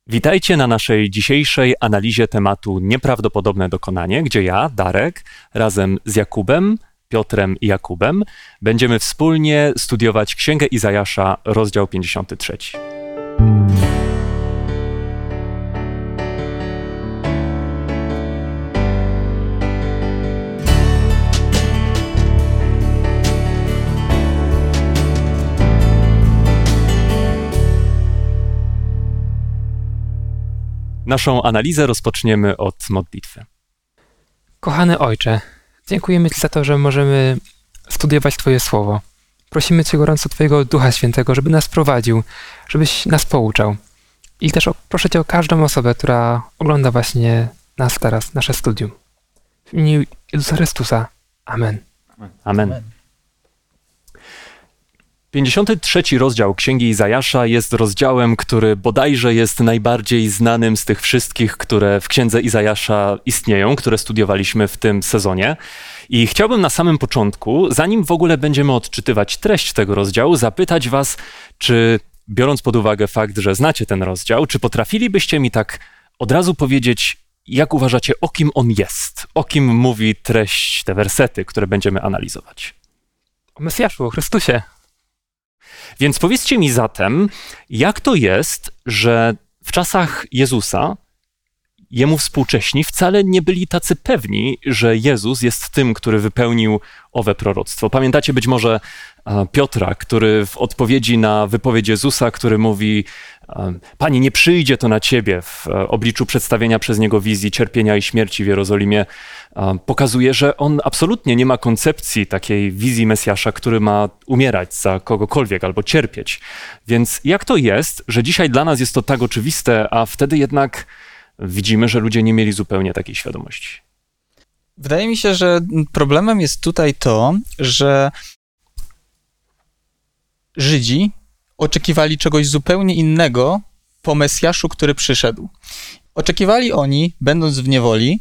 Witajcie na naszej dzisiejszej analizie tematu Nieprawdopodobne dokonanie, gdzie ja, Darek, razem z Jakubem, Piotrem i Jakubem będziemy wspólnie studiować Księgę Izajasza, rozdział 53. Naszą analizę rozpoczniemy od modlitwy. Kochany Ojcze, dziękujemy Ci za to, że możemy studiować Twoje Słowo. Prosimy Cię gorąco Twojego Ducha Świętego, żeby nas prowadził, żebyś nas pouczał. I też proszę Cię o każdą osobę, która ogląda właśnie nas teraz, nasze studium. W imieniu Jezusa Chrystusa. Amen. Amen. 53 rozdział Księgi Izajasza jest rozdziałem, który bodajże jest najbardziej znanym z tych wszystkich, które w Księdze Izajasza istnieją, które studiowaliśmy w tym sezonie. I chciałbym na samym początku, zanim w ogóle będziemy odczytywać treść tego rozdziału, zapytać was, czy biorąc pod uwagę fakt, że znacie ten rozdział, czy potrafilibyście mi tak od razu powiedzieć, jak uważacie, o kim on jest? O kim mówi treść, te wersety, które będziemy analizować? O Mesjaszu, o Chrystusie. Więc powiedzcie mi zatem, jak to jest, że w czasach Jezusa Jemu współcześni wcale nie byli tacy pewni, że Jezus jest tym, który wypełnił owe proroctwo. Pamiętacie być może Piotra, który w odpowiedzi na wypowiedź Jezusa, który mówi: Panie, nie przyjdzie to na Ciebie w obliczu przedstawienia przez Niego wizji cierpienia i śmierci w Jerozolimie, pokazuje, że on absolutnie nie ma koncepcji takiej wizji Mesjasza, który ma umierać za kogokolwiek albo cierpieć. Więc jak to jest, że dzisiaj dla nas jest to tak oczywiste, a wtedy jednak widzimy, że ludzie nie mieli zupełnie takiej świadomości? Wydaje mi się, że problemem jest tutaj to, że Żydzi oczekiwali czegoś zupełnie innego po Mesjaszu, który przyszedł. Oczekiwali oni, będąc w niewoli,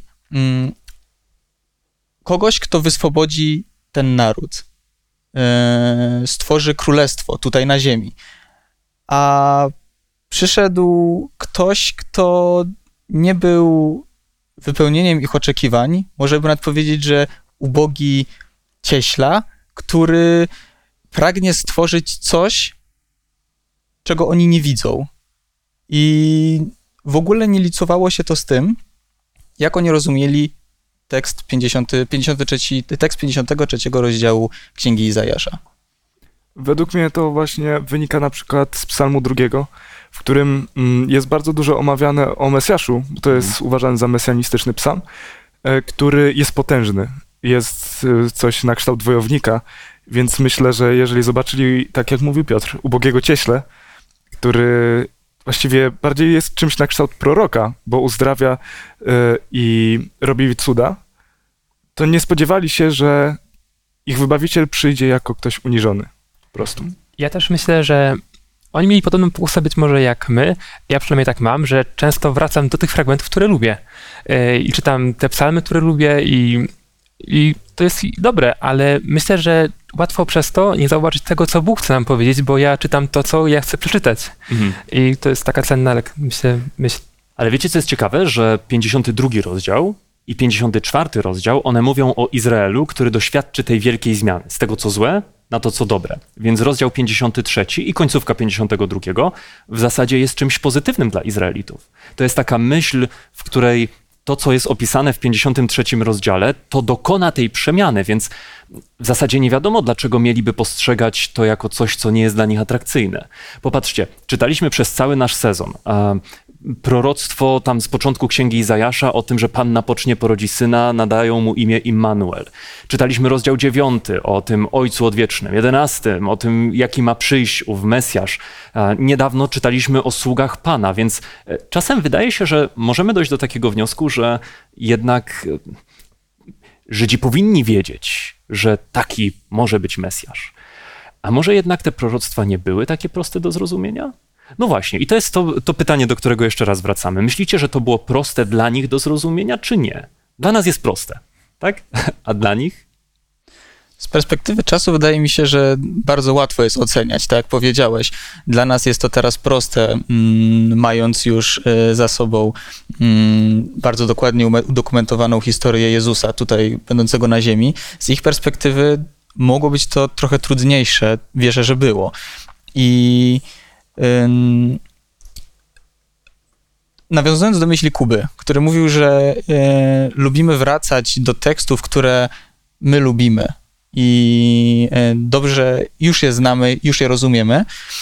kogoś, kto wyswobodzi ten naród, stworzy królestwo tutaj na ziemi. A przyszedł ktoś, kto nie był wypełnieniem ich oczekiwań, może by nawet powiedzieć, że ubogi cieśla, który pragnie stworzyć coś, czego oni nie widzą. I w ogóle nie licowało się to z tym, jak oni rozumieli tekst 53 rozdziału Księgi Izajasza. Według mnie to właśnie wynika na przykład z Psalmu 2, w którym jest bardzo dużo omawiane o Mesjaszu, bo to jest uważany za mesjanistyczny psalm, który jest potężny. Jest coś na kształt wojownika, więc myślę, że jeżeli zobaczyli, tak jak mówił Piotr, ubogiego cieślę, który właściwie bardziej jest czymś na kształt proroka, bo uzdrawia i robi cuda, to nie spodziewali się, że ich wybawiciel przyjdzie jako ktoś uniżony. Po prostu. Ja też myślę, że oni mieli podobną pokusę być może jak my. Ja przynajmniej tak mam, że często wracam do tych fragmentów, które lubię. I czytam te psalmy, które lubię i to jest dobre, ale myślę, że łatwo przez to nie zauważyć tego, co Bóg chce nam powiedzieć, bo ja czytam to, co ja chcę przeczytać. I to jest taka cenna myśl. Ale wiecie, co jest ciekawe, że 52 rozdział i 54 rozdział, one mówią o Izraelu, który doświadczy tej wielkiej zmiany. Z tego, co złe, na to, co dobre. Więc rozdział 53 i końcówka 52 w zasadzie jest czymś pozytywnym dla Izraelitów. To jest taka myśl, w której to, co jest opisane w 53 rozdziale, to dokona tej przemiany, więc w zasadzie nie wiadomo, dlaczego mieliby postrzegać to jako coś, co nie jest dla nich atrakcyjne. Popatrzcie, czytaliśmy przez cały nasz sezon proroctwo tam z początku Księgi Izajasza o tym, że Panna pocznie, porodzi syna, nadają mu imię Immanuel. Czytaliśmy rozdział 9 o tym Ojcu Odwiecznym, 11 o tym, jaki ma przyjść ów Mesjasz. Niedawno czytaliśmy o sługach Pana, więc czasem wydaje się, że możemy dojść do takiego wniosku, że jednak Żydzi powinni wiedzieć, że taki może być Mesjasz. A może jednak te proroctwa nie były takie proste do zrozumienia? No właśnie, i to jest to pytanie, do którego jeszcze raz wracamy. Myślicie, że to było proste dla nich do zrozumienia, czy nie? Dla nas jest proste, tak? A dla nich? Z perspektywy czasu wydaje mi się, że bardzo łatwo jest oceniać, tak jak powiedziałeś. Dla nas jest to teraz proste, mając już za sobą bardzo dokładnie udokumentowaną historię Jezusa, tutaj będącego na ziemi. Z ich perspektywy mogło być to trochę trudniejsze, wierzę, że było. I nawiązując do myśli Kuby, który mówił, że lubimy wracać do tekstów, które my lubimy i dobrze już je znamy, już je rozumiemy,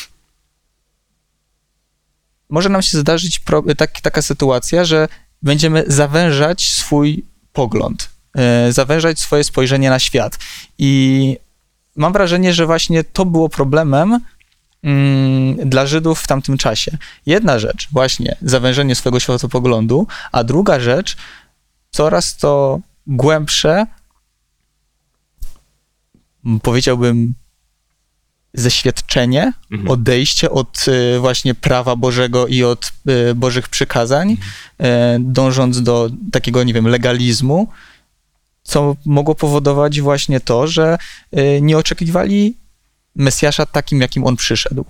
może nam się zdarzyć taka sytuacja, że będziemy zawężać swój pogląd, zawężać swoje spojrzenie na świat. I mam wrażenie, że właśnie to było problemem dla Żydów w tamtym czasie. Jedna rzecz, właśnie zawężenie swojego światopoglądu, a druga rzecz, coraz to głębsze, powiedziałbym, zeświadczenie, odejście od właśnie prawa Bożego i od Bożych przykazań, dążąc do takiego, nie wiem, legalizmu, co mogło powodować właśnie to, że nie oczekiwali Mesjasza takim, jakim on przyszedł.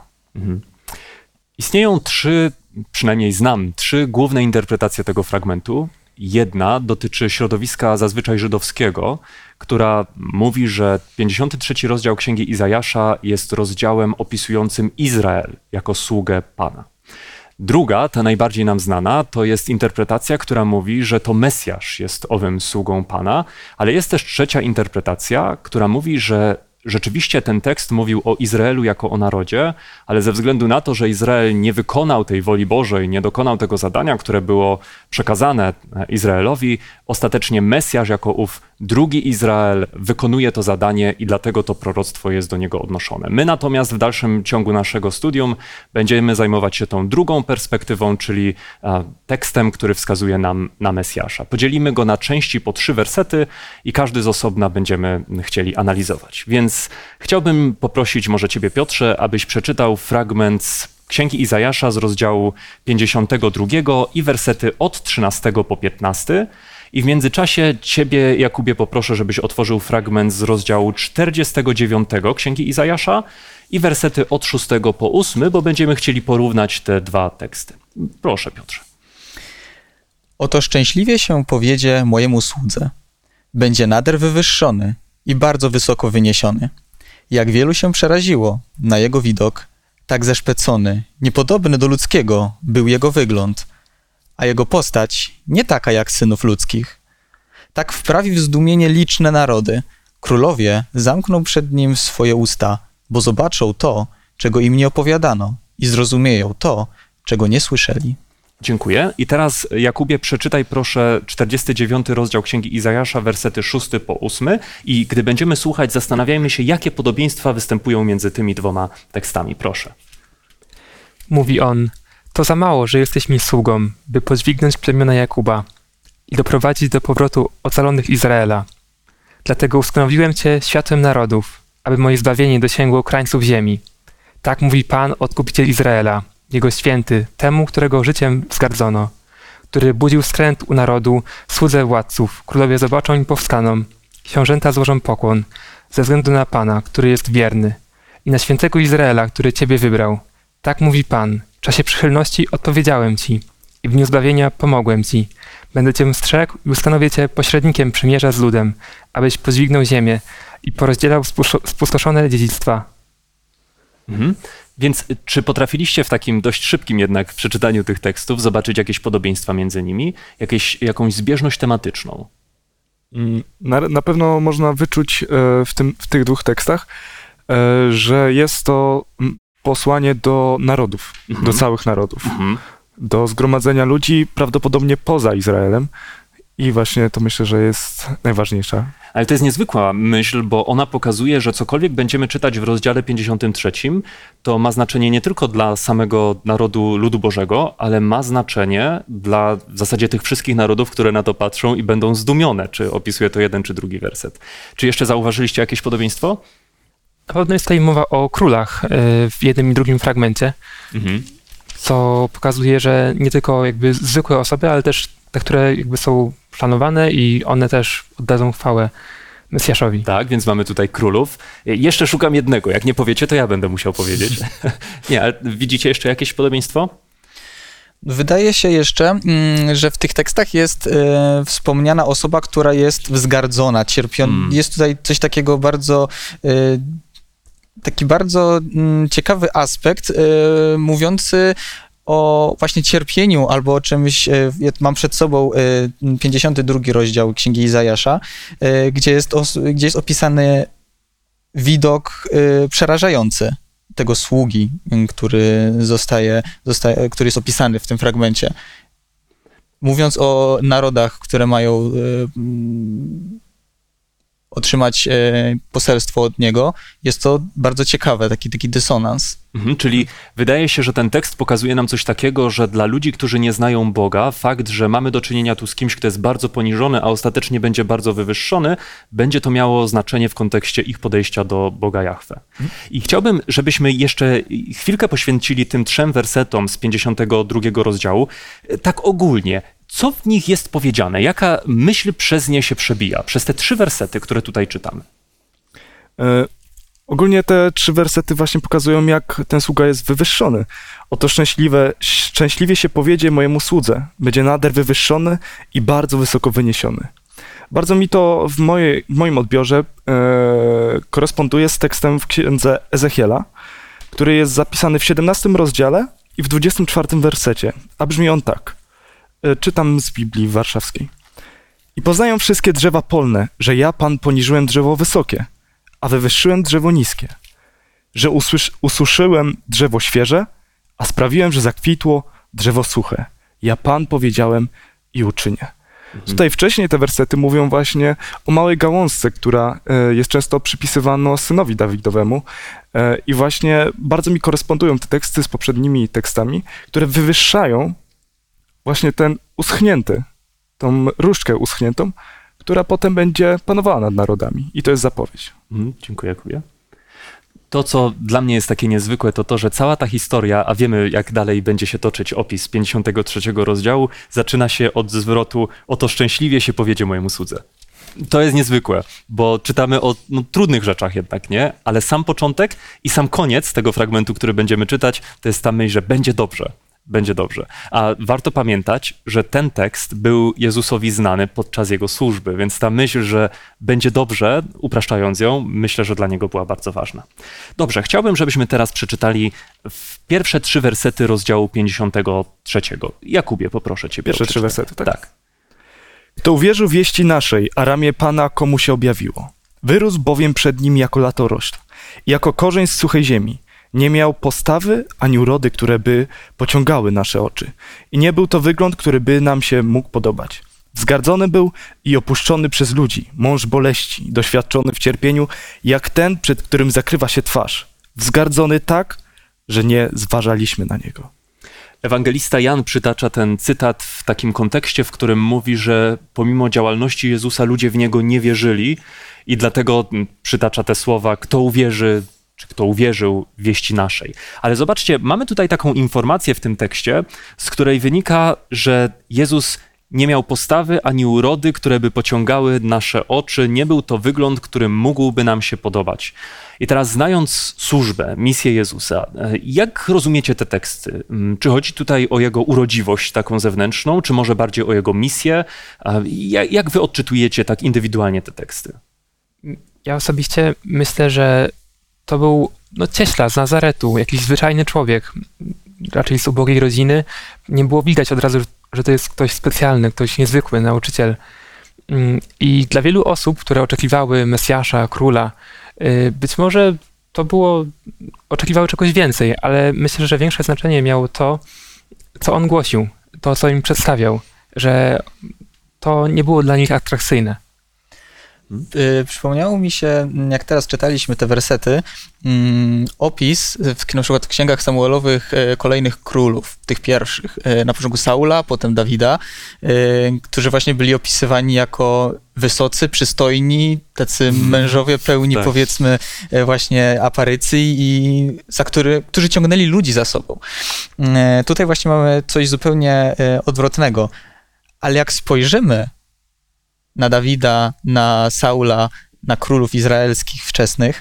Istnieją przynajmniej znam, trzy główne interpretacje tego fragmentu. Jedna dotyczy środowiska zazwyczaj żydowskiego, która mówi, że 53 rozdział Księgi Izajasza jest rozdziałem opisującym Izrael jako sługę Pana. Druga, ta najbardziej nam znana, to jest interpretacja, która mówi, że to Mesjasz jest owym sługą Pana, ale jest też trzecia interpretacja, która mówi, że rzeczywiście ten tekst mówił o Izraelu jako o narodzie, ale ze względu na to, że Izrael nie wykonał tej woli Bożej, nie dokonał tego zadania, które było przekazane Izraelowi, ostatecznie Mesjasz jako ów drugi Izrael wykonuje to zadanie i dlatego to proroctwo jest do niego odnoszone. My natomiast w dalszym ciągu naszego studium będziemy zajmować się tą drugą perspektywą, czyli tekstem, który wskazuje nam na Mesjasza. Podzielimy go na części po 3 wersety i każdy z osobna będziemy chcieli analizować. Więc chciałbym poprosić może ciebie, Piotrze, abyś przeczytał fragment z Księgi Izajasza z rozdziału 52 i wersety od 13 po 15. I w międzyczasie ciebie, Jakubie, poproszę, żebyś otworzył fragment z rozdziału 49 Księgi Izajasza i wersety od 6 po 8, bo będziemy chcieli porównać te dwa teksty. Proszę, Piotrze. Oto szczęśliwie się powiedzie mojemu słudze. Będzie nader wywyższony i bardzo wysoko wyniesiony. Jak wielu się przeraziło na jego widok, tak zeszpecony, niepodobny do ludzkiego był jego wygląd, a jego postać nie taka jak synów ludzkich. Tak wprawi w zdumienie liczne narody. Królowie zamkną przed nim swoje usta, bo zobaczą to, czego im nie opowiadano i zrozumieją to, czego nie słyszeli. Dziękuję. I teraz, Jakubie, przeczytaj proszę 49 rozdział Księgi Izajasza, wersety 6 po 8 i gdy będziemy słuchać, zastanawiajmy się, jakie podobieństwa występują między tymi dwoma tekstami. Proszę. Mówi on: to za mało, że jesteś mi sługą, by podźwignąć plemiona Jakuba i doprowadzić do powrotu ocalonych Izraela. Dlatego ustanowiłem cię światłem narodów, aby moje zbawienie dosięgło krańców ziemi. Tak mówi Pan, Odkupiciel Izraela, Jego święty, temu, którego życiem wzgardzono, który budził skręt u narodu, słudze władców, królowie zobaczą i powstaną, książęta złożą pokłon, ze względu na Pana, który jest wierny, i na świętego Izraela, który ciebie wybrał. Tak mówi Pan, w czasie przychylności odpowiedziałem ci i w dniu zbawienia pomogłem ci. Będę cię strzegł i ustanowię cię pośrednikiem przymierza z ludem, abyś podźwignął ziemię i porozdzielał spustoszone dziedzictwa. Więc czy potrafiliście w takim dość szybkim jednak przeczytaniu tych tekstów zobaczyć jakieś podobieństwa między nimi, jakąś zbieżność tematyczną? Na pewno można wyczuć w tych dwóch tekstach, że jest to posłanie do narodów, do całych narodów, do zgromadzenia ludzi prawdopodobnie poza Izraelem i właśnie to myślę, że jest najważniejsze. Ale to jest niezwykła myśl, bo ona pokazuje, że cokolwiek będziemy czytać w rozdziale 53, to ma znaczenie nie tylko dla samego narodu ludu Bożego, ale ma znaczenie dla w zasadzie tych wszystkich narodów, które na to patrzą i będą zdumione, czy opisuje to jeden czy drugi werset. Czy jeszcze zauważyliście jakieś podobieństwo? Na pewno jest tutaj mowa o królach w jednym i drugim fragmencie, co pokazuje, że nie tylko jakby zwykłe osoby, ale też te, które jakby są planowane i one też oddadzą chwałę Mesjaszowi. Tak, więc mamy tutaj królów. Jeszcze szukam jednego. Jak nie powiecie, to ja będę musiał powiedzieć. Nie, ale widzicie jeszcze jakieś podobieństwo? Wydaje się jeszcze, że w tych tekstach jest wspomniana osoba, która jest wzgardzona, Jest tutaj coś takiego bardzo, taki bardzo ciekawy aspekt, mówiący o właśnie cierpieniu albo o czymś. Mam przed sobą 52 rozdział Księgi Izajasza, gdzie jest opisany widok przerażający tego sługi, który który jest opisany w tym fragmencie. Mówiąc o narodach, które mają otrzymać poselstwo od niego, jest to bardzo ciekawe, taki dysonans. Czyli wydaje się, że ten tekst pokazuje nam coś takiego, że dla ludzi, którzy nie znają Boga, fakt, że mamy do czynienia tu z kimś, kto jest bardzo poniżony, a ostatecznie będzie bardzo wywyższony, będzie to miało znaczenie w kontekście ich podejścia do Boga Jahwe. I chciałbym, żebyśmy jeszcze chwilkę poświęcili tym 3 wersetom z 52 rozdziału, tak ogólnie. Co w nich jest powiedziane? Jaka myśl przez nie się przebija? Przez te 3 wersety, które tutaj czytamy. Ogólnie te 3 wersety właśnie pokazują, jak ten sługa jest wywyższony. Oto szczęśliwie się powiedzie mojemu słudze. Będzie nader wywyższony i bardzo wysoko wyniesiony. Bardzo mi to w moim odbiorze koresponduje z tekstem w księdze Ezechiela, który jest zapisany w 17 rozdziale i w 24 wersecie. A brzmi on tak. Czytam z Biblii Warszawskiej. I poznają wszystkie drzewa polne, że ja, Pan, poniżyłem drzewo wysokie, a wywyższyłem drzewo niskie, że ususzyłem drzewo świeże, a sprawiłem, że zakwitło drzewo suche. Ja, Pan, powiedziałem i uczynię. Tutaj wcześniej te wersety mówią właśnie o małej gałązce, która jest często przypisywana synowi Dawidowemu i właśnie bardzo mi korespondują te teksty z poprzednimi tekstami, które wywyższają właśnie ten uschnięty, tą różdżkę uschniętą, która potem będzie panowała nad narodami. I to jest zapowiedź. Dziękuję, Kubie. To, co dla mnie jest takie niezwykłe, to to, że cała ta historia, a wiemy, jak dalej będzie się toczyć opis 53 rozdziału, zaczyna się od zwrotu oto szczęśliwie się powiedzie mojemu słudze. To jest niezwykłe, bo czytamy o trudnych rzeczach jednak, nie? Ale sam początek i sam koniec tego fragmentu, który będziemy czytać, to jest ta myśl, że będzie dobrze. Będzie dobrze. A warto pamiętać, że ten tekst był Jezusowi znany podczas jego służby, więc ta myśl, że będzie dobrze, upraszczając ją, myślę, że dla niego była bardzo ważna. Dobrze, chciałbym, żebyśmy teraz przeczytali pierwsze 3 wersety rozdziału 53. Jakubie, poproszę ciebie. Pierwsze 3 wersety, tak? Tak. Kto uwierzył wieści naszej, a ramię Pana komu się objawiło. Wyrósł bowiem przed nim jako latorośl, jako korzeń z suchej ziemi. Nie miał postawy ani urody, które by pociągały nasze oczy. I nie był to wygląd, który by nam się mógł podobać. Wzgardzony był i opuszczony przez ludzi, mąż boleści, doświadczony w cierpieniu, jak ten, przed którym zakrywa się twarz. Wzgardzony tak, że nie zważaliśmy na niego. Ewangelista Jan przytacza ten cytat w takim kontekście, w którym mówi, że pomimo działalności Jezusa ludzie w Niego nie wierzyli i dlatego przytacza te słowa, kto uwierzy, czy kto uwierzył wieści naszej. Ale zobaczcie, mamy tutaj taką informację w tym tekście, z której wynika, że Jezus nie miał postawy ani urody, które by pociągały nasze oczy. Nie był to wygląd, który mógłby nam się podobać. I teraz znając służbę, misję Jezusa, jak rozumiecie te teksty? Czy chodzi tutaj o Jego urodziwość taką zewnętrzną, czy może bardziej o Jego misję? Jak wy odczytujecie tak indywidualnie te teksty? Ja osobiście myślę, że to był cieśla z Nazaretu, jakiś zwyczajny człowiek, raczej z ubogiej rodziny. Nie było widać od razu, że to jest ktoś specjalny, ktoś niezwykły, nauczyciel. I dla wielu osób, które oczekiwały Mesjasza, króla, być może oczekiwały czegoś więcej, ale myślę, że większe znaczenie miało to, co on głosił, to, co im przedstawiał, że to nie było dla nich atrakcyjne. Przypomniało mi się, jak teraz czytaliśmy te wersety, opis na przykład w księgach Samuelowych kolejnych królów, tych pierwszych, na początku Saula, potem Dawida, którzy właśnie byli opisywani jako wysocy, przystojni, tacy mężowie pełni, tak, powiedzmy, właśnie aparycji i którzy ciągnęli ludzi za sobą. Tutaj właśnie mamy coś zupełnie odwrotnego, ale jak spojrzymy na Dawida, na Saula, na królów izraelskich wczesnych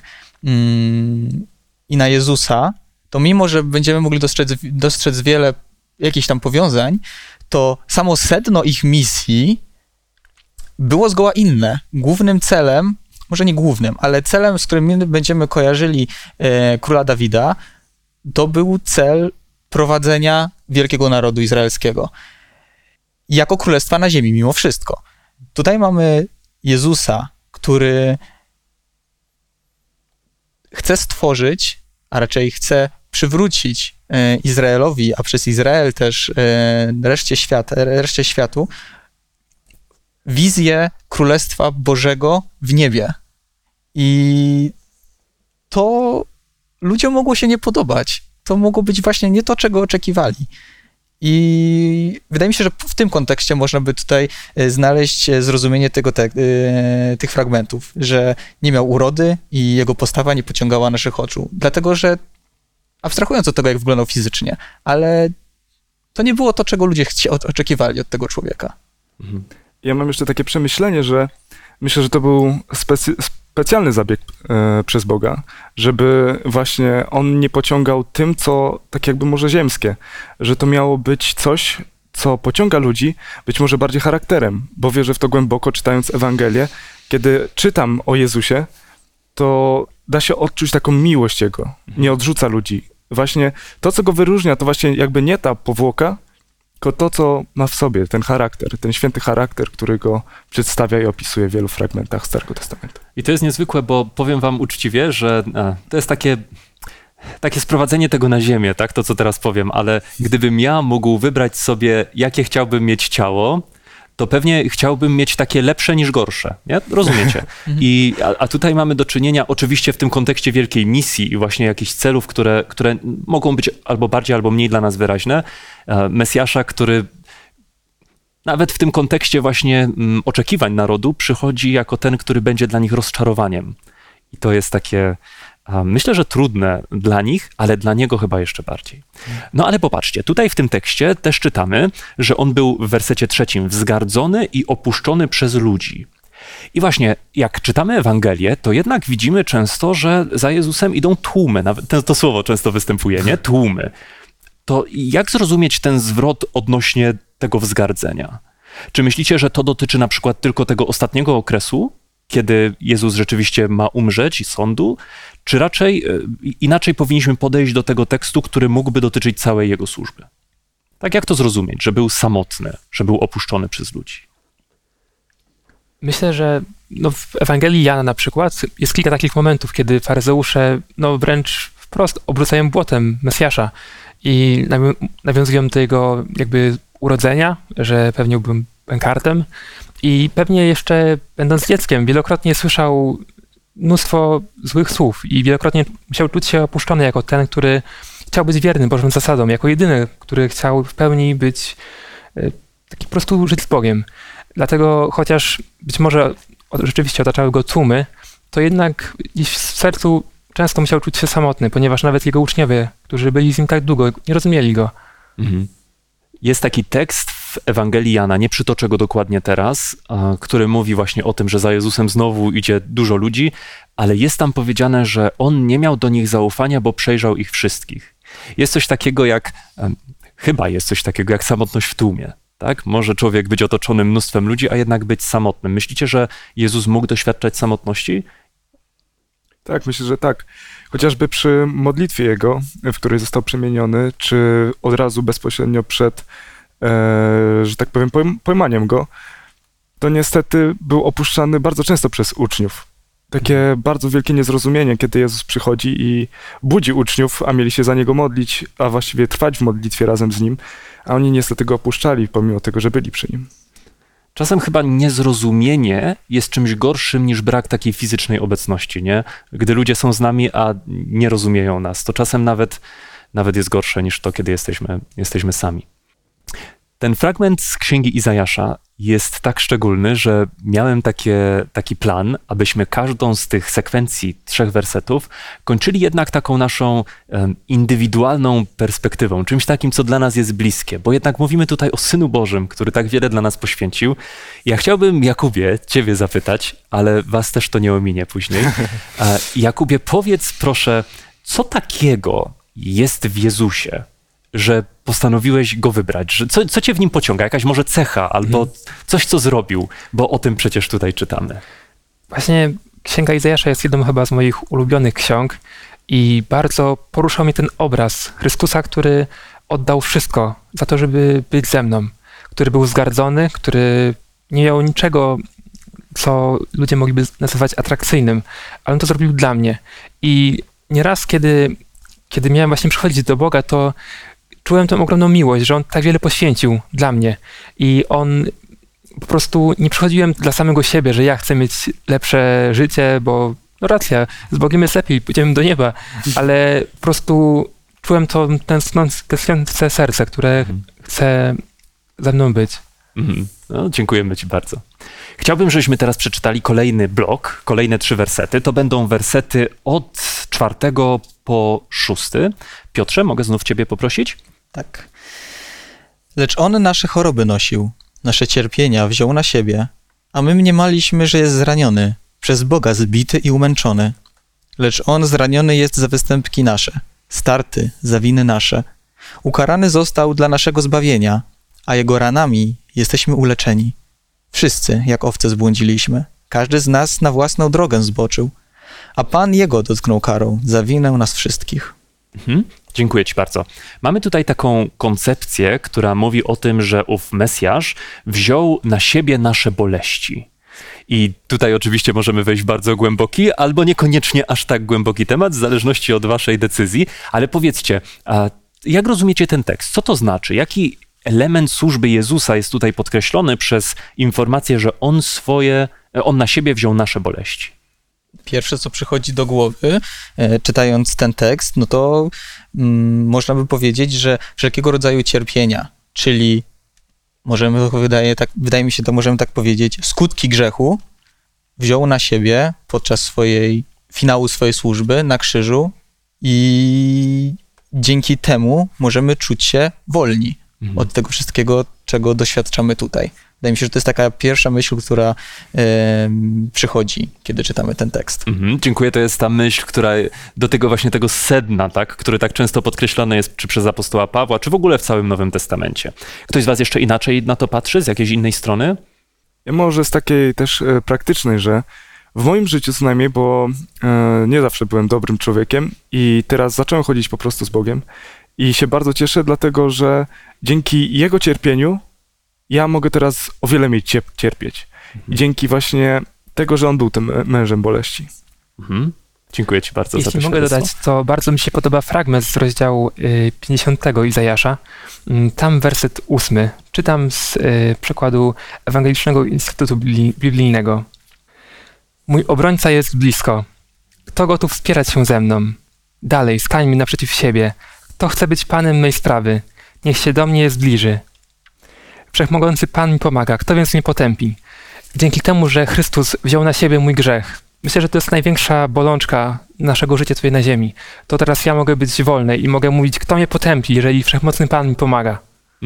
i na Jezusa, to mimo, że będziemy mogli dostrzec wiele jakichś tam powiązań, to samo sedno ich misji było zgoła inne. Głównym celem, może nie głównym, ale celem, z którym my będziemy kojarzyli króla Dawida, to był cel prowadzenia wielkiego narodu izraelskiego. Jako królestwa na ziemi, mimo wszystko. Tutaj mamy Jezusa, który chce stworzyć, a raczej chce przywrócić Izraelowi, a przez Izrael też reszcie światu, wizję Królestwa Bożego w niebie. I to ludziom mogło się nie podobać. To mogło być właśnie nie to, czego oczekiwali. I wydaje mi się, że w tym kontekście można by tutaj znaleźć zrozumienie tych fragmentów, że nie miał urody i jego postawa nie pociągała naszych oczu. Dlatego, że abstrahując od tego, jak wyglądał fizycznie, ale to nie było to, czego ludzie oczekiwali od tego człowieka. Ja mam jeszcze takie przemyślenie, że myślę, że to był specjalny zabieg przez Boga, żeby właśnie on nie pociągał tym, co tak jakby może ziemskie, że to miało być coś, co pociąga ludzi, być może bardziej charakterem, bo wierzę w to głęboko, czytając Ewangelię. Kiedy czytam o Jezusie, to da się odczuć taką miłość Jego, nie odrzuca ludzi. Właśnie to, co Go wyróżnia, to właśnie jakby nie ta powłoka, tylko to, co ma w sobie, ten charakter, ten święty charakter, który Go przedstawia i opisuje w wielu fragmentach Starego Testamentu. I to jest niezwykłe, bo powiem wam uczciwie, że to jest takie sprowadzenie tego na ziemię, tak, to co teraz powiem, ale gdybym ja mógł wybrać sobie, jakie chciałbym mieć ciało, to pewnie chciałbym mieć takie lepsze niż gorsze, nie? Rozumiecie? A tutaj mamy do czynienia oczywiście w tym kontekście wielkiej misji i właśnie jakichś celów, które mogą być albo bardziej, albo mniej dla nas wyraźne. Mesjasza, który nawet w tym kontekście właśnie oczekiwań narodu przychodzi jako ten, który będzie dla nich rozczarowaniem. I to jest takie, myślę, że trudne dla nich, ale dla niego chyba jeszcze bardziej. No ale popatrzcie, tutaj w tym tekście też czytamy, że on był w wersecie 3 wzgardzony i opuszczony przez ludzi. I właśnie, jak czytamy Ewangelię, to jednak widzimy często, że za Jezusem idą tłumy, nawet to słowo często występuje, nie? Tłumy. To jak zrozumieć ten zwrot odnośnie tego wzgardzenia? Czy myślicie, że to dotyczy na przykład tylko tego ostatniego okresu, kiedy Jezus rzeczywiście ma umrzeć i sądu, czy raczej inaczej powinniśmy podejść do tego tekstu, który mógłby dotyczyć całej jego służby? Tak jak to zrozumieć, że był samotny, że był opuszczony przez ludzi? Myślę, że w Ewangelii Jana na przykład jest kilka takich momentów, kiedy faryzeusze wręcz wprost obrzucają błotem Mesjasza i nawiązują do jego jakby urodzenia, że pewnie byłbym pękartem i pewnie jeszcze będąc dzieckiem wielokrotnie słyszał mnóstwo złych słów i wielokrotnie musiał czuć się opuszczony jako ten, który chciał być wierny Bożym zasadom, jako jedyny, który chciał w pełni być taki po prostu żyć z Bogiem. Dlatego chociaż być może rzeczywiście otaczały go tłumy, to jednak gdzieś w sercu często musiał czuć się samotny, ponieważ nawet jego uczniowie, którzy byli z nim tak długo, nie rozumieli go. Mhm. Jest taki tekst w Ewangelii Jana, nie przytoczę go dokładnie teraz, który mówi właśnie o tym, że za Jezusem znowu idzie dużo ludzi, ale jest tam powiedziane, że on nie miał do nich zaufania, bo przejrzał ich wszystkich. Jest coś takiego jak, chyba jest coś takiego jak samotność w tłumie. Tak? Może człowiek być otoczony mnóstwem ludzi, a jednak być samotnym. Myślicie, że Jezus mógł doświadczać samotności? Tak, myślę, że tak. Chociażby przy modlitwie Jego, w której został przemieniony, czy od razu bezpośrednio przed, że tak powiem, pojmaniem Go, to niestety był opuszczany bardzo często przez uczniów. Takie bardzo wielkie niezrozumienie, kiedy Jezus przychodzi i budzi uczniów, a mieli się za Niego modlić, a właściwie trwać w modlitwie razem z Nim, a oni niestety Go opuszczali, pomimo tego, że byli przy Nim. Czasem chyba niezrozumienie jest czymś gorszym niż brak takiej fizycznej obecności, nie? Gdy ludzie są z nami, a nie rozumieją nas, to czasem nawet jest gorsze niż to, kiedy jesteśmy sami. Ten fragment z Księgi Izajasza jest tak szczególny, że miałem taki plan, abyśmy każdą z tych sekwencji 3 wersetów kończyli jednak taką naszą indywidualną perspektywą, czymś takim, co dla nas jest bliskie, bo jednak mówimy tutaj o Synu Bożym, który tak wiele dla nas poświęcił. Ja chciałbym, Jakubie, ciebie zapytać, ale was też to nie ominie później. Jakubie, powiedz proszę, co takiego jest w Jezusie, że postanowiłeś go wybrać? Że co cię w nim pociąga? Jakaś może cecha albo coś, co zrobił? Bo o tym przecież tutaj czytamy. Właśnie Księga Izajasza jest jedną chyba z moich ulubionych ksiąg i bardzo poruszał mnie ten obraz Chrystusa, który oddał wszystko za to, żeby być ze mną, który był zgardzony, który nie miał niczego, co ludzie mogliby nazywać atrakcyjnym, ale on to zrobił dla mnie. I nieraz, kiedy miałem właśnie przychodzić do Boga, to czułem tę ogromną miłość, że On tak wiele poświęcił dla mnie i On po prostu nie przychodziłem dla samego siebie, że ja chcę mieć lepsze życie, bo no racja, z Bogiem jest lepiej, pójdziemy do nieba, ale po prostu czułem to tęskniące serce, które chce ze mną być. No, dziękujemy ci bardzo. Chciałbym, żebyśmy teraz przeczytali kolejny blok, kolejne 3 wersety. To będą wersety od 4 po 6. Piotrze, mogę znów ciebie poprosić? Tak. Lecz on nasze choroby nosił, nasze cierpienia wziął na siebie, a my mniemaliśmy, że jest zraniony, przez Boga zbity i umęczony. Lecz on zraniony jest za występki nasze, starty za winy nasze. Ukarany został dla naszego zbawienia, a jego ranami jesteśmy uleczeni. Wszyscy, jak owce, zbłądziliśmy. Każdy z nas na własną drogę zboczył, a Pan jego dotknął karą za winę nas wszystkich. Dziękuję ci bardzo. Mamy tutaj taką koncepcję, która mówi o tym, że ów Mesjasz wziął na siebie nasze boleści. I tutaj oczywiście możemy wejść w bardzo głęboki, albo niekoniecznie aż tak głęboki temat, w zależności od waszej decyzji, ale powiedzcie, jak rozumiecie ten tekst? Co to znaczy? Jaki element służby Jezusa jest tutaj podkreślony przez informację, że On na siebie wziął nasze boleści? Pierwsze, co przychodzi do głowy, czytając ten tekst, no to można by powiedzieć, że wszelkiego rodzaju cierpienia, czyli wydaje mi się, to możemy tak powiedzieć, skutki grzechu wziął na siebie podczas finału swojej służby na krzyżu i dzięki temu możemy czuć się wolni od tego wszystkiego, czego doświadczamy tutaj. Wydaje mi się, że to jest taka pierwsza myśl, która przychodzi, kiedy czytamy ten tekst. Dziękuję, to jest ta myśl, która do tego właśnie tego sedna, tak, który tak często podkreślany jest czy przez apostoła Pawła, czy w ogóle w całym Nowym Testamencie. Ktoś z was jeszcze inaczej na to patrzy, z jakiejś innej strony? Ja może z takiej też praktycznej, że w moim życiu co najmniej, bo nie zawsze byłem dobrym człowiekiem i teraz zacząłem chodzić po prostu z Bogiem i się bardzo cieszę, dlatego że dzięki Jego cierpieniu ja mogę teraz o wiele mniej cierpieć. I dzięki właśnie tego, że On był tym mężem boleści. Dziękuję ci bardzo za to. Jeśli mogę dodać, to bardzo mi się podoba fragment z rozdziału 50 Izajasza. Tam werset 8. Czytam z przykładu Ewangelicznego Instytutu Biblijnego. Mój obrońca jest blisko. Kto gotów wspierać się ze mną? Dalej, stańmy naprzeciw siebie. Kto chce być Panem mej sprawy? Niech się do mnie zbliży. Wszechmogący Pan mi pomaga. Kto więc mnie potępi? Dzięki temu, że Chrystus wziął na siebie mój grzech. Myślę, że to jest największa bolączka naszego życia tutaj na ziemi. To teraz ja mogę być wolny i mogę mówić, kto mnie potępi, jeżeli Wszechmocny Pan mi pomaga.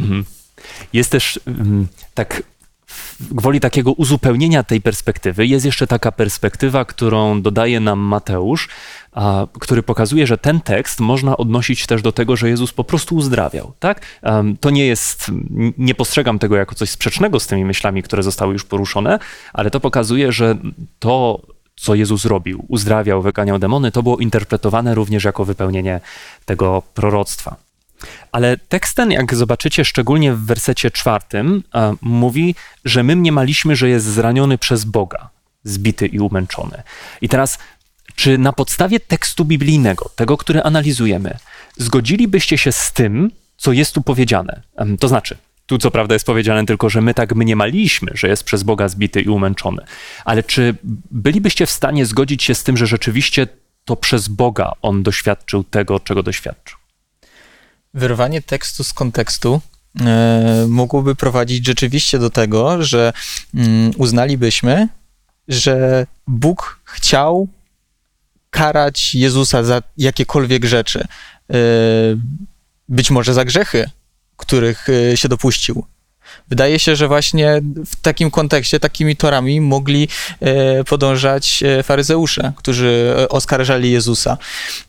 Jest też tak gwoli takiego uzupełnienia tej perspektywy jest jeszcze taka perspektywa, którą dodaje nam Mateusz, który pokazuje, że ten tekst można odnosić też do tego, że Jezus po prostu uzdrawiał, tak? To nie postrzegam tego jako coś sprzecznego z tymi myślami, które zostały już poruszone, ale to pokazuje, że to, co Jezus robił, uzdrawiał, wyganiał demony, to było interpretowane również jako wypełnienie tego proroctwa. Ale tekst ten, jak zobaczycie, szczególnie w wersecie 4, mówi, że my mniemaliśmy, że jest zraniony przez Boga, zbity i umęczony. I teraz, czy na podstawie tekstu biblijnego, tego, który analizujemy, zgodzilibyście się z tym, co jest tu powiedziane? To znaczy, tu co prawda jest powiedziane tylko, że my tak mniemaliśmy, że jest przez Boga zbity i umęczony. Ale czy bylibyście w stanie zgodzić się z tym, że rzeczywiście to przez Boga on doświadczył tego, czego doświadczył? Wyrwanie tekstu z kontekstu mogłoby prowadzić rzeczywiście do tego, że uznalibyśmy, że Bóg chciał karać Jezusa za jakiekolwiek rzeczy. Być może za grzechy, których się dopuścił. Wydaje się, że właśnie w takim kontekście, takimi torami mogli podążać faryzeusze, którzy oskarżali Jezusa.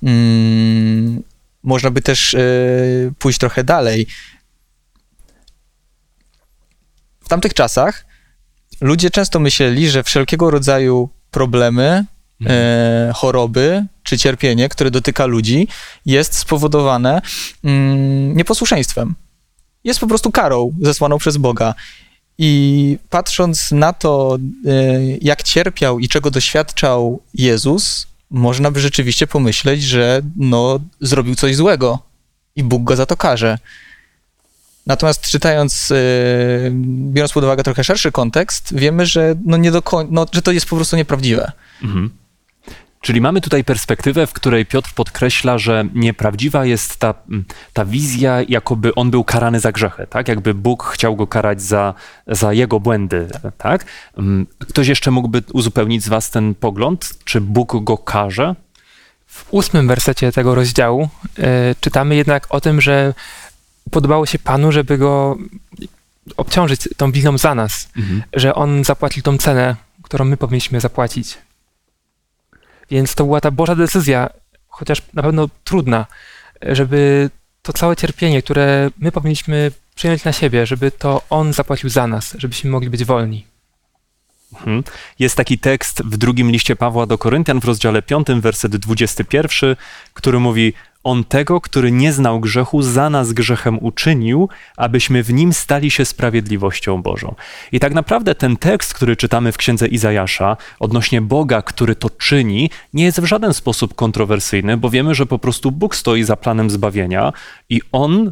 Można by też pójść trochę dalej. W tamtych czasach ludzie często myśleli, że wszelkiego rodzaju problemy, choroby czy cierpienie, które dotyka ludzi, jest spowodowane nieposłuszeństwem. Jest po prostu karą zesłaną przez Boga. I patrząc na to, jak cierpiał i czego doświadczał Jezus, można by rzeczywiście pomyśleć, że zrobił coś złego i Bóg go za to karze. Natomiast czytając, biorąc pod uwagę trochę szerszy kontekst, wiemy, że że to jest po prostu nieprawdziwe. Mhm. Czyli mamy tutaj perspektywę, w której Piotr podkreśla, że nieprawdziwa jest ta wizja, jakoby on był karany za grzechy, tak? Jakby Bóg chciał go karać za jego błędy, tak? Ktoś jeszcze mógłby uzupełnić z was ten pogląd? Czy Bóg go karze? W 8 wersecie tego rozdziału czytamy jednak o tym, że podobało się Panu, żeby go obciążyć tą winą za nas, że on zapłacił tą cenę, którą my powinniśmy zapłacić. Więc to była ta Boża decyzja, chociaż na pewno trudna, żeby to całe cierpienie, które my powinniśmy przyjąć na siebie, żeby to On zapłacił za nas, żebyśmy mogli być wolni. Jest taki tekst w drugim liście Pawła do Koryntian w rozdziale 5, werset 21, który mówi: On tego, który nie znał grzechu, za nas grzechem uczynił, abyśmy w nim stali się sprawiedliwością Bożą. I tak naprawdę ten tekst, który czytamy w księdze Izajasza odnośnie Boga, który to czyni, nie jest w żaden sposób kontrowersyjny, bo wiemy, że po prostu Bóg stoi za planem zbawienia i On,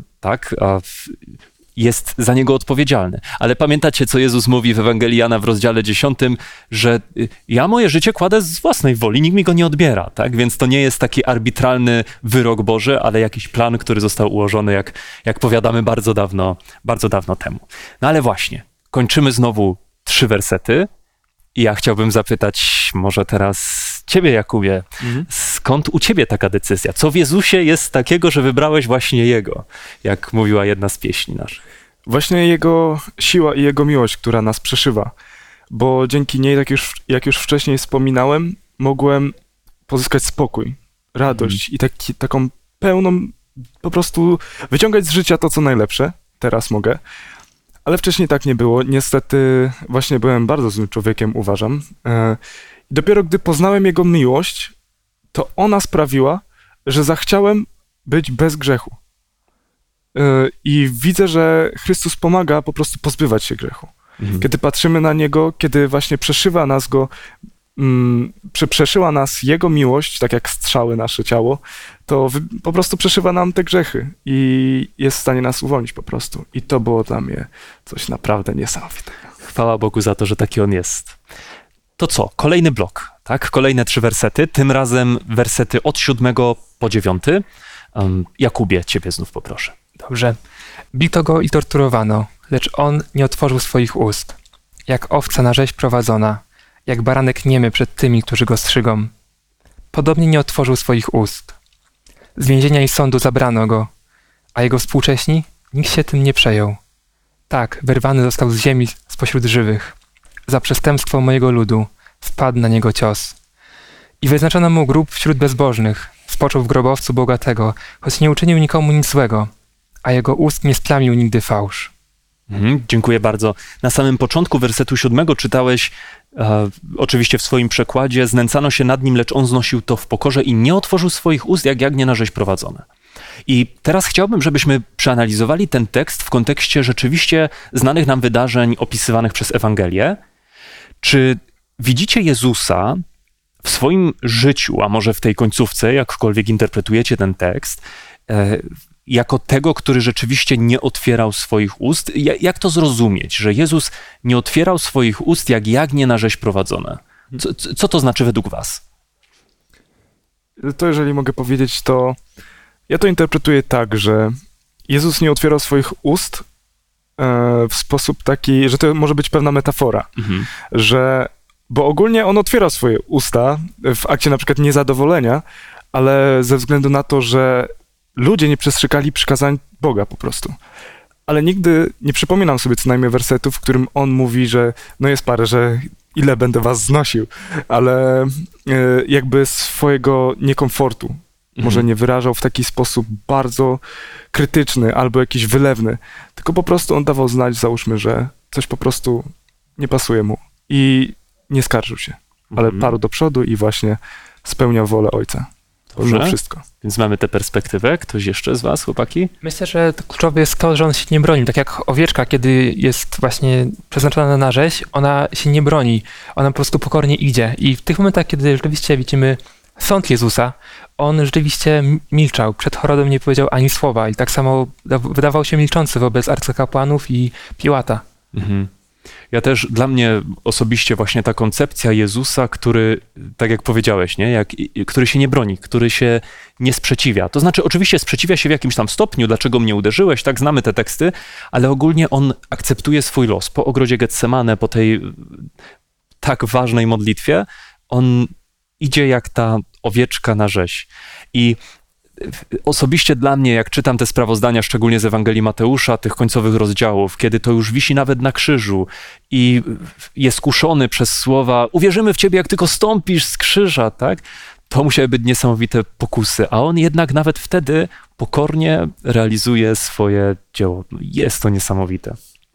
jest za niego odpowiedzialny. Ale pamiętacie, co Jezus mówi w Ewangelii Jana w rozdziale 10, że ja moje życie kładę z własnej woli, nikt mi go nie odbiera, tak? Więc to nie jest taki arbitralny wyrok Boży, ale jakiś plan, który został ułożony, jak powiadamy, bardzo dawno temu. No ale właśnie, kończymy znowu 3 wersety i ja chciałbym zapytać może teraz ciebie, Jakubie, skąd u ciebie taka decyzja? Co w Jezusie jest takiego, że wybrałeś właśnie Jego, jak mówiła jedna z pieśni naszych? Właśnie Jego siła i Jego miłość, która nas przeszywa, bo dzięki niej, jak już wcześniej wspominałem, mogłem pozyskać spokój, radość i taką pełną, po prostu wyciągać z życia to, co najlepsze. Teraz mogę. Ale wcześniej tak nie było. Niestety właśnie byłem bardzo złym człowiekiem, uważam. I dopiero gdy poznałem Jego miłość, to ona sprawiła, że zachciałem być bez grzechu. I widzę, że Chrystus pomaga po prostu pozbywać się grzechu. Kiedy patrzymy na Niego, kiedy właśnie przeszywa nas Go, przeszyła nas Jego miłość, tak jak strzały nasze ciało, to po prostu przeszywa nam te grzechy i jest w stanie nas uwolnić po prostu. I to było dla mnie coś naprawdę niesamowitego. Chwała Bogu za to, że taki On jest. To co? Kolejny blok, tak? Kolejne 3 wersety, tym razem wersety od 7 po 9. Jakubie, ciebie znów poproszę. Dobrze. Bito go i torturowano, lecz on nie otworzył swoich ust. Jak owca na rzeź prowadzona, jak baranek niemy przed tymi, którzy go strzygą. Podobnie nie otworzył swoich ust. Z więzienia i sądu zabrano go, a jego współcześni nikt się tym nie przejął. Tak, wyrwany został z ziemi spośród żywych. Za przestępstwo mojego ludu wpadł na niego cios. I wyznaczono mu grób wśród bezbożnych. Spoczął w grobowcu bogatego, choć nie uczynił nikomu nic złego, a jego ust nie splamił nigdy fałsz. Dziękuję bardzo. Na samym początku wersetu 7 czytałeś, oczywiście w swoim przekładzie, znęcano się nad nim, lecz on znosił to w pokorze i nie otworzył swoich ust, jak jagnię na rzeź prowadzone. I teraz chciałbym, żebyśmy przeanalizowali ten tekst w kontekście rzeczywiście znanych nam wydarzeń opisywanych przez Ewangelię. Czy widzicie Jezusa w swoim życiu, a może w tej końcówce, jakkolwiek interpretujecie ten tekst, jako tego, który rzeczywiście nie otwierał swoich ust? Jak to zrozumieć, że Jezus nie otwierał swoich ust, jak jagnię na rzeź prowadzone? Co to znaczy według was? To jeżeli mogę powiedzieć, to ja to interpretuję tak, że Jezus nie otwierał swoich ust w sposób taki, że to może być pewna metafora, bo ogólnie on otwiera swoje usta w akcie na przykład niezadowolenia, ale ze względu na to, że ludzie nie przestrzegali przykazań Boga po prostu. Ale nigdy nie przypominam sobie co najmniej wersetu, w którym on mówi, że no jest parę, że ile będę was znosił, ale jakby swojego niekomfortu może nie wyrażał w taki sposób bardzo krytyczny albo jakiś wylewny, tylko po prostu on dawał znać, załóżmy, że coś po prostu nie pasuje mu i nie skarżył się, ale parł do przodu i właśnie spełniał wolę Ojca. To wszystko. Więc mamy tę perspektywę. Ktoś jeszcze z was, chłopaki? Myślę, że kluczowe jest to, że on się nie broni. Tak jak owieczka, kiedy jest właśnie przeznaczona na rzeź, ona się nie broni. Ona po prostu pokornie idzie. I w tych momentach, kiedy rzeczywiście widzimy sąd Jezusa, on rzeczywiście milczał. Przed Herodem nie powiedział ani słowa. I tak samo wydawał się milczący wobec arcykapłanów i Piłata. Ja też, dla mnie osobiście właśnie ta koncepcja Jezusa, który, tak jak powiedziałeś, nie? Który się nie broni, który się nie sprzeciwia. To znaczy oczywiście sprzeciwia się w jakimś tam stopniu, dlaczego mnie uderzyłeś, tak, znamy te teksty, ale ogólnie on akceptuje swój los. Po ogrodzie Getsemane, po tej tak ważnej modlitwie, on idzie jak ta owieczka na rzeź. I osobiście dla mnie, jak czytam te sprawozdania, szczególnie z Ewangelii Mateusza, tych końcowych rozdziałów, kiedy to już wisi nawet na krzyżu i jest kuszony przez słowa uwierzymy w ciebie, jak tylko stąpisz z krzyża, tak? To musiały być niesamowite pokusy, a on jednak nawet wtedy pokornie realizuje swoje dzieło. Jest to niesamowite.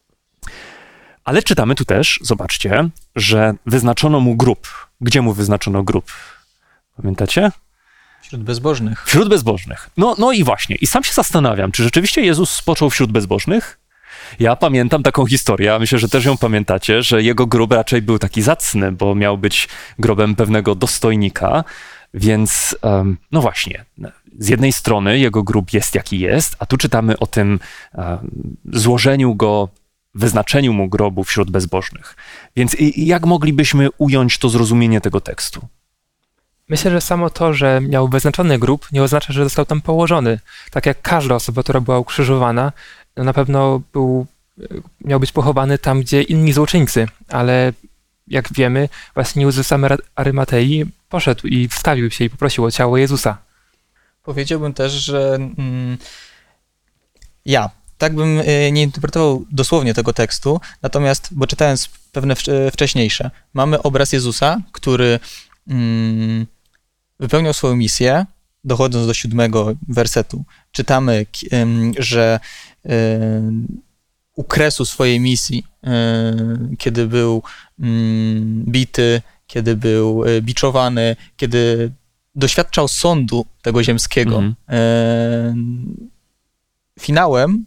Ale czytamy tu też, zobaczcie, że wyznaczono mu grób. Gdzie mu wyznaczono grób? Pamiętacie? Wśród bezbożnych. Wśród bezbożnych. No i właśnie. I sam się zastanawiam, czy rzeczywiście Jezus spoczął wśród bezbożnych? Ja pamiętam taką historię, a myślę, że też ją pamiętacie, że jego grób raczej był taki zacny, bo miał być grobem pewnego dostojnika, więc no właśnie, z jednej strony jego grób jest jaki jest, a tu czytamy o tym złożeniu go, wyznaczeniu mu grobu wśród bezbożnych. Więc jak moglibyśmy ująć to zrozumienie tego tekstu? Myślę, że samo to, że miał wyznaczony grób, nie oznacza, że został tam położony. Tak jak każda osoba, która była ukrzyżowana, na pewno miał być pochowany tam, gdzie inni złoczyńcy, ale jak wiemy, właśnie Józef z Arymatei poszedł i wstawił się i poprosił o ciało Jezusa. Powiedziałbym też, że tak bym nie interpretował dosłownie tego tekstu, natomiast, bo czytając pewne wcześniejsze, mamy obraz Jezusa, który wypełniał swoją misję, dochodząc do 7 wersetu. Czytamy, że u kresu swojej misji, kiedy był bity, kiedy był biczowany, kiedy doświadczał sądu tego ziemskiego, finałem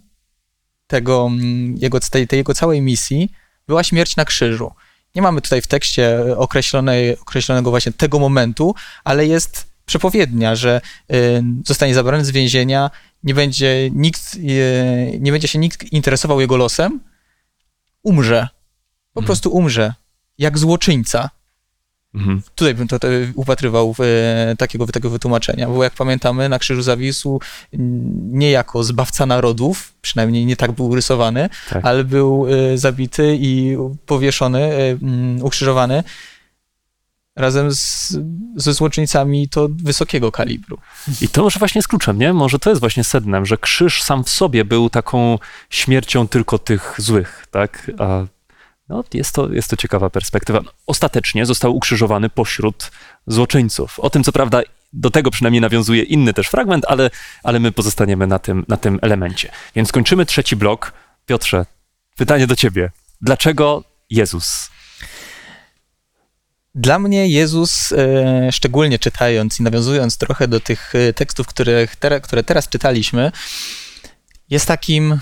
tej jego całej misji była śmierć na krzyżu. Nie mamy tutaj w tekście określonego właśnie tego momentu, ale jest przepowiednia, że zostanie zabrany z więzienia, nie będzie się nikt interesował jego losem, umrze. Po prostu umrze. Jak złoczyńca. Tutaj bym to upatrywał takiego wytłumaczenia, bo jak pamiętamy, na krzyżu zawisł nie jako zbawca narodów, przynajmniej nie tak był rysowany, tak, ale był zabity i powieszony, ukrzyżowany razem ze złoczyńcami to wysokiego kalibru. I to może właśnie jest kluczem, nie? Może to jest właśnie sednem, że krzyż sam w sobie był taką śmiercią tylko tych złych, tak? No, jest to ciekawa perspektywa. Ostatecznie został ukrzyżowany pośród złoczyńców. O tym, co prawda, do tego przynajmniej nawiązuje inny też fragment, ale my pozostaniemy na tym elemencie. Więc kończymy 3. blok. Piotrze, pytanie do ciebie. Dlaczego Jezus? Dla mnie Jezus, szczególnie czytając i nawiązując trochę do tych tekstów, które teraz czytaliśmy, jest takim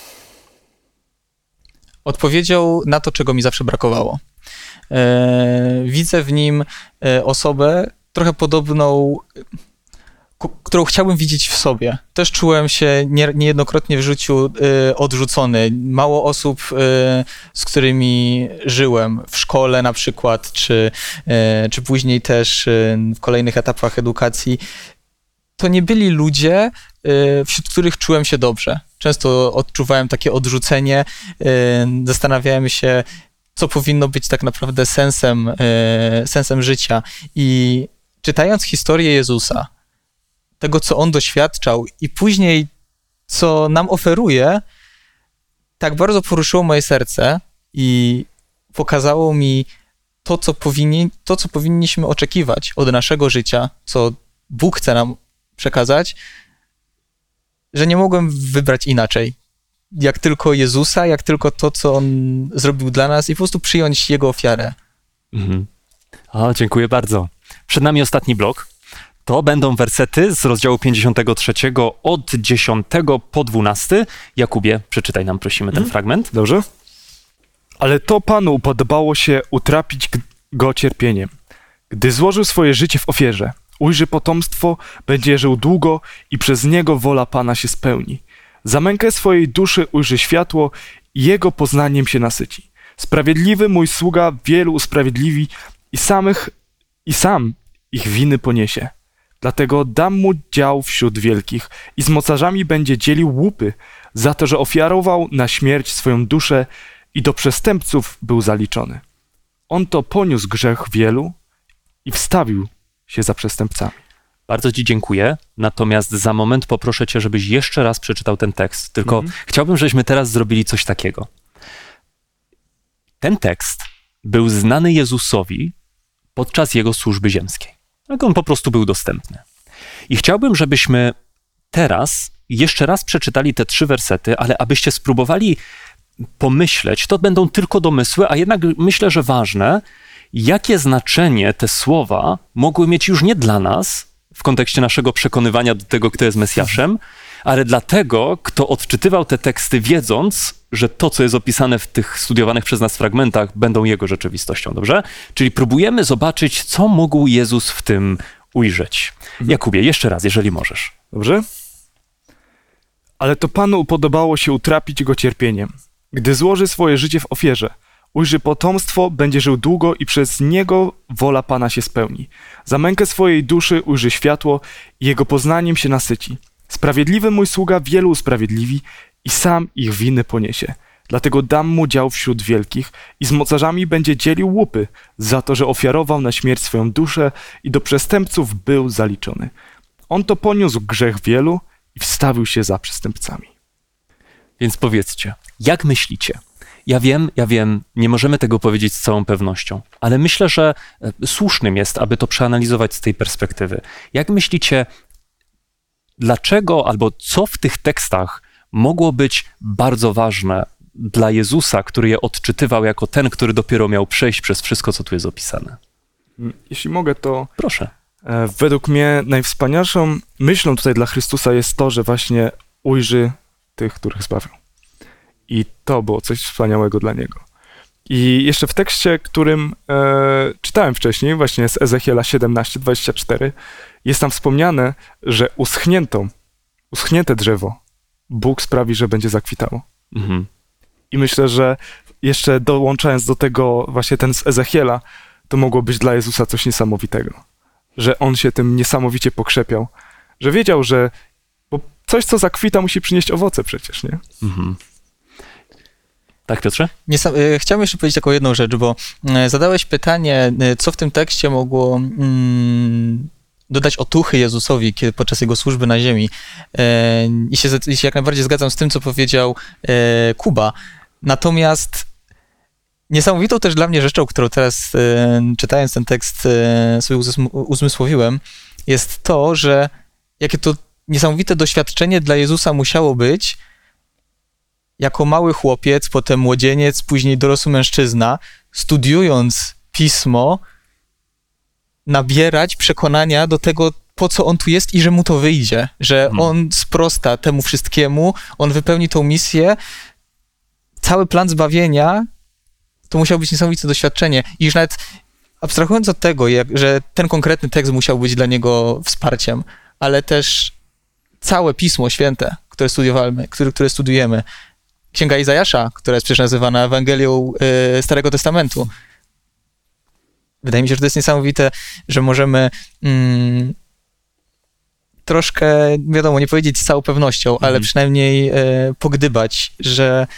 odpowiedzią na to, czego mi zawsze brakowało. Widzę w nim osobę trochę podobną, którą chciałbym widzieć w sobie. Też czułem się niejednokrotnie w życiu odrzucony. Mało osób, z którymi żyłem w szkole na przykład, czy później też w kolejnych etapach edukacji, to nie byli ludzie, wśród których czułem się dobrze. Często odczuwałem takie odrzucenie, zastanawiałem się, co powinno być tak naprawdę sensem życia. I czytając historię Jezusa, tego, co On doświadczał i później, co nam oferuje, tak bardzo poruszyło moje serce i pokazało mi to, co powinniśmy oczekiwać od naszego życia, co Bóg chce nam przekazać, że nie mogłem wybrać inaczej. Jak tylko Jezusa, jak tylko to, co On zrobił dla nas i po prostu przyjąć Jego ofiarę. O, dziękuję bardzo. Przed nami ostatni blok. To będą wersety z rozdziału 53 od 10 po 12. Jakubie, przeczytaj nam, prosimy, ten fragment. Dobrze? Ale to Panu upodobało się utrapić go cierpieniem. Gdy złożył swoje życie w ofierze, ujrzy potomstwo, będzie żył długo i przez niego wola Pana się spełni. Za mękę swojej duszy ujrzy światło i jego poznaniem się nasyci. Sprawiedliwy mój sługa wielu usprawiedliwi i sam ich winy poniesie. Dlatego dam mu dział wśród wielkich i z mocarzami będzie dzielił łupy za to, że ofiarował na śmierć swoją duszę i do przestępców był zaliczony. On to poniósł grzech wielu i wstawił się za przestępcami. Bardzo ci dziękuję, natomiast za moment poproszę cię, żebyś jeszcze raz przeczytał ten tekst. Tylko chciałbym, żebyśmy teraz zrobili coś takiego. Ten tekst był znany Jezusowi podczas jego służby ziemskiej. Tak on po prostu był dostępny. I chciałbym, żebyśmy teraz jeszcze raz przeczytali te 3 wersety, ale abyście spróbowali pomyśleć, to będą tylko domysły, a jednak myślę, że ważne, jakie znaczenie te słowa mogły mieć już nie dla nas, w kontekście naszego przekonywania do tego, kto jest Mesjaszem, ale dla tego, kto odczytywał te teksty, wiedząc, że to, co jest opisane w tych studiowanych przez nas fragmentach, będą jego rzeczywistością, dobrze? Czyli próbujemy zobaczyć, co mógł Jezus w tym ujrzeć. Jakubie, jeszcze raz, jeżeli możesz. Dobrze? Ale to Panu upodobało się utrapić go cierpieniem. Gdy złoży swoje życie w ofierze, ujrzy potomstwo, będzie żył długo i przez niego wola Pana się spełni. Za mękę swojej duszy ujrzy światło i jego poznaniem się nasyci. Sprawiedliwy mój sługa wielu usprawiedliwi i sam ich winy poniesie. Dlatego dam mu dział wśród wielkich i z mocarzami będzie dzielił łupy za to, że ofiarował na śmierć swoją duszę i do przestępców był zaliczony. On to poniósł grzech wielu i wstawił się za przestępcami. Więc powiedzcie, jak myślicie? Ja wiem, nie możemy tego powiedzieć z całą pewnością, ale myślę, że słusznym jest, aby to przeanalizować z tej perspektywy. Jak myślicie, dlaczego albo co w tych tekstach mogło być bardzo ważne dla Jezusa, który je odczytywał jako ten, który dopiero miał przejść przez wszystko, co tu jest opisane? Jeśli mogę, to proszę. Według mnie najwspanialszą myślą tutaj dla Chrystusa jest to, że właśnie ujrzy tych, których zbawił. I to było coś wspaniałego dla Niego. I jeszcze w tekście, którym czytałem wcześniej, właśnie z Ezechiela 17:24, jest tam wspomniane, że uschnięte drzewo Bóg sprawi, że będzie zakwitało. I myślę, że jeszcze dołączając do tego właśnie ten z Ezechiela, to mogło być dla Jezusa coś niesamowitego. Że On się tym niesamowicie pokrzepiał. Że wiedział, że bo coś, co zakwita, musi przynieść owoce przecież, nie? Tak, Piotrze? Chciałbym jeszcze powiedzieć taką jedną rzecz, bo zadałeś pytanie, co w tym tekście mogło dodać otuchy Jezusowi podczas Jego służby na ziemi. I się jak najbardziej zgadzam z tym, co powiedział Kuba. Natomiast niesamowitą też dla mnie rzeczą, którą teraz czytając ten tekst sobie uzmysłowiłem, jest to, że jakie to niesamowite doświadczenie dla Jezusa musiało być, jako mały chłopiec, potem młodzieniec, później dorosły mężczyzna, studiując Pismo, nabierać przekonania do tego, po co on tu jest i że mu to wyjdzie, że on sprosta temu wszystkiemu, on wypełni tą misję. Cały plan zbawienia to musiało być niesamowite doświadczenie. I już nawet abstrahując od tego, że ten konkretny tekst musiał być dla niego wsparciem, ale też całe Pismo Święte, które studiujemy, Księga Izajasza, która jest przecież nazywana Ewangelią Starego Testamentu. Wydaje mi się, że to jest niesamowite, że możemy troszkę, wiadomo, nie powiedzieć z całą pewnością, ale przynajmniej pogdybać, że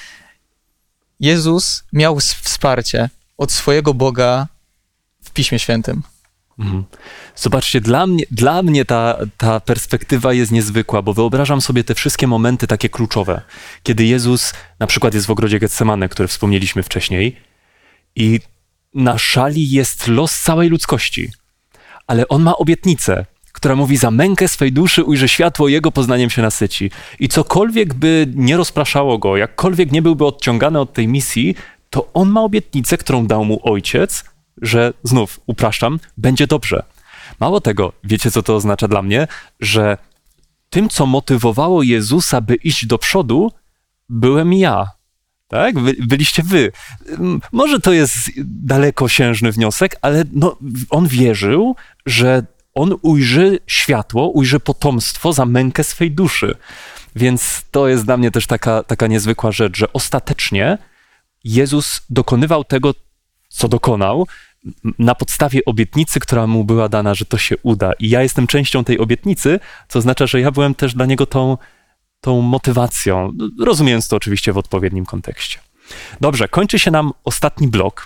Jezus miał wsparcie od swojego Boga w Piśmie Świętym. Zobaczcie, dla mnie ta perspektywa jest niezwykła, bo wyobrażam sobie te wszystkie momenty takie kluczowe, kiedy Jezus na przykład jest w ogrodzie Getsemane, które wspomnieliśmy wcześniej, i na szali jest los całej ludzkości, ale on ma obietnicę, która mówi: za mękę swej duszy ujrzy światło, jego poznaniem się nasyci. I cokolwiek by nie rozpraszało go, jakkolwiek nie byłby odciągany od tej misji, to on ma obietnicę, którą dał mu ojciec, że znów, upraszczam, będzie dobrze. Mało tego, wiecie co to oznacza dla mnie? Że tym, co motywowało Jezusa, by iść do przodu, byłem ja. Tak? Byliście wy. Może to jest dalekosiężny wniosek, ale on wierzył, że on ujrzy światło, ujrzy potomstwo za mękę swej duszy. Więc to jest dla mnie też taka niezwykła rzecz, że ostatecznie Jezus dokonywał tego, co dokonał, na podstawie obietnicy, która mu była dana, że to się uda. I ja jestem częścią tej obietnicy, co oznacza, że ja byłem też dla niego tą motywacją, rozumiejąc to oczywiście w odpowiednim kontekście. Dobrze, kończy się nam ostatni blok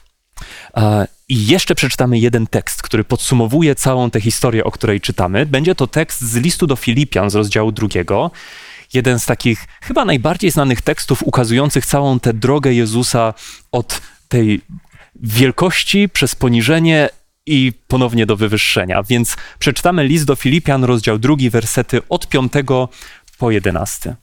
i jeszcze przeczytamy jeden tekst, który podsumowuje całą tę historię, o której czytamy. Będzie to tekst z listu do Filipian z rozdziału 2. Jeden z takich chyba najbardziej znanych tekstów ukazujących całą tę drogę Jezusa od tej wielkości przez poniżenie i ponownie do wywyższenia. Więc przeczytamy list do Filipian, rozdział 2, wersety od 5 po 11.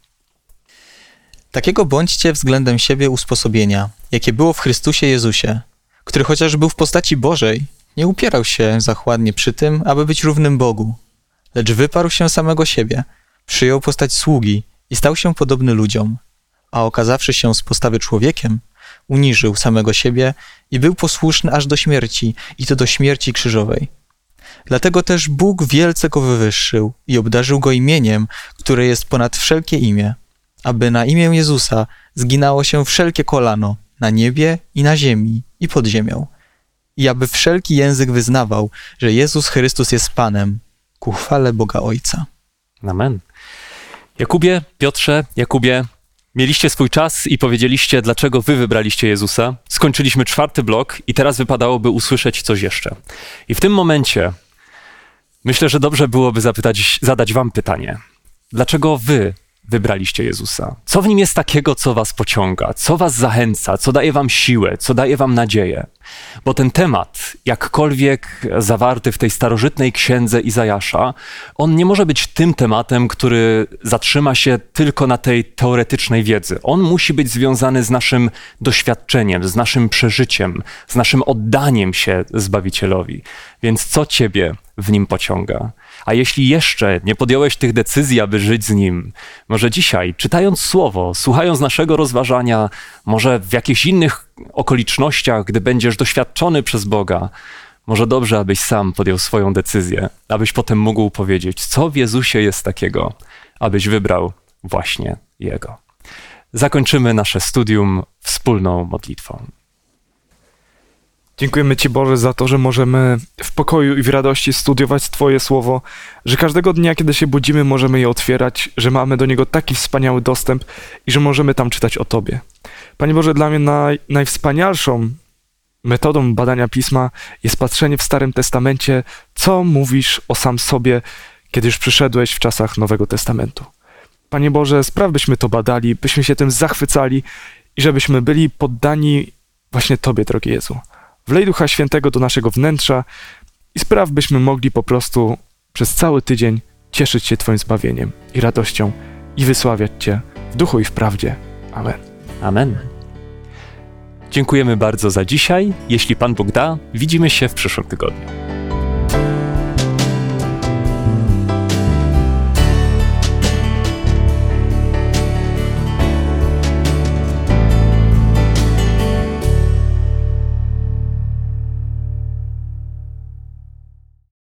Takiego bądźcie względem siebie usposobienia, jakie było w Chrystusie Jezusie, który chociaż był w postaci Bożej, nie upierał się zachładnie przy tym, aby być równym Bogu, lecz wyparł się samego siebie, przyjął postać sługi i stał się podobny ludziom, a okazawszy się z postawy człowiekiem, uniżył samego siebie i był posłuszny aż do śmierci, i to do śmierci krzyżowej. Dlatego też Bóg wielce go wywyższył i obdarzył go imieniem, które jest ponad wszelkie imię, aby na imię Jezusa zginało się wszelkie kolano na niebie i na ziemi i pod ziemią, i aby wszelki język wyznawał, że Jezus Chrystus jest Panem, ku chwale Boga Ojca. Amen. Jakubie, Piotrze, Jakubie, mieliście swój czas i powiedzieliście, dlaczego wy wybraliście Jezusa. Skończyliśmy 4. blok i teraz wypadałoby usłyszeć coś jeszcze. I w tym momencie myślę, że dobrze byłoby zadać wam pytanie. Dlaczego wy wybraliście Jezusa? Co w nim jest takiego, co was pociąga? Co was zachęca? Co daje wam siłę? Co daje wam nadzieję? Bo ten temat, jakkolwiek zawarty w tej starożytnej księdze Izajasza, on nie może być tym tematem, który zatrzyma się tylko na tej teoretycznej wiedzy. On musi być związany z naszym doświadczeniem, z naszym przeżyciem, z naszym oddaniem się Zbawicielowi. Więc co ciebie w nim pociąga? A jeśli jeszcze nie podjąłeś tych decyzji, aby żyć z nim, może dzisiaj, czytając Słowo, słuchając naszego rozważania, może w jakichś innych okolicznościach, gdy będziesz doświadczony przez Boga, może dobrze, abyś sam podjął swoją decyzję, abyś potem mógł powiedzieć, co w Jezusie jest takiego, abyś wybrał właśnie Jego. Zakończymy nasze studium wspólną modlitwą. Dziękujemy Ci, Boże, za to, że możemy w pokoju i w radości studiować Twoje Słowo, że każdego dnia, kiedy się budzimy, możemy je otwierać, że mamy do niego taki wspaniały dostęp i że możemy tam czytać o Tobie. Panie Boże, dla mnie najwspanialszą metodą badania Pisma jest patrzenie w Starym Testamencie, co mówisz o sam sobie, kiedy już przyszedłeś w czasach Nowego Testamentu. Panie Boże, spraw, byśmy to badali, byśmy się tym zachwycali i żebyśmy byli poddani właśnie Tobie, drogi Jezu. Wlej Ducha Świętego do naszego wnętrza i spraw, byśmy mogli po prostu przez cały tydzień cieszyć się Twoim zbawieniem i radością i wysławiać Cię w duchu i w prawdzie. Amen. Amen. Dziękujemy bardzo za dzisiaj. Jeśli Pan Bóg da, widzimy się w przyszłym tygodniu.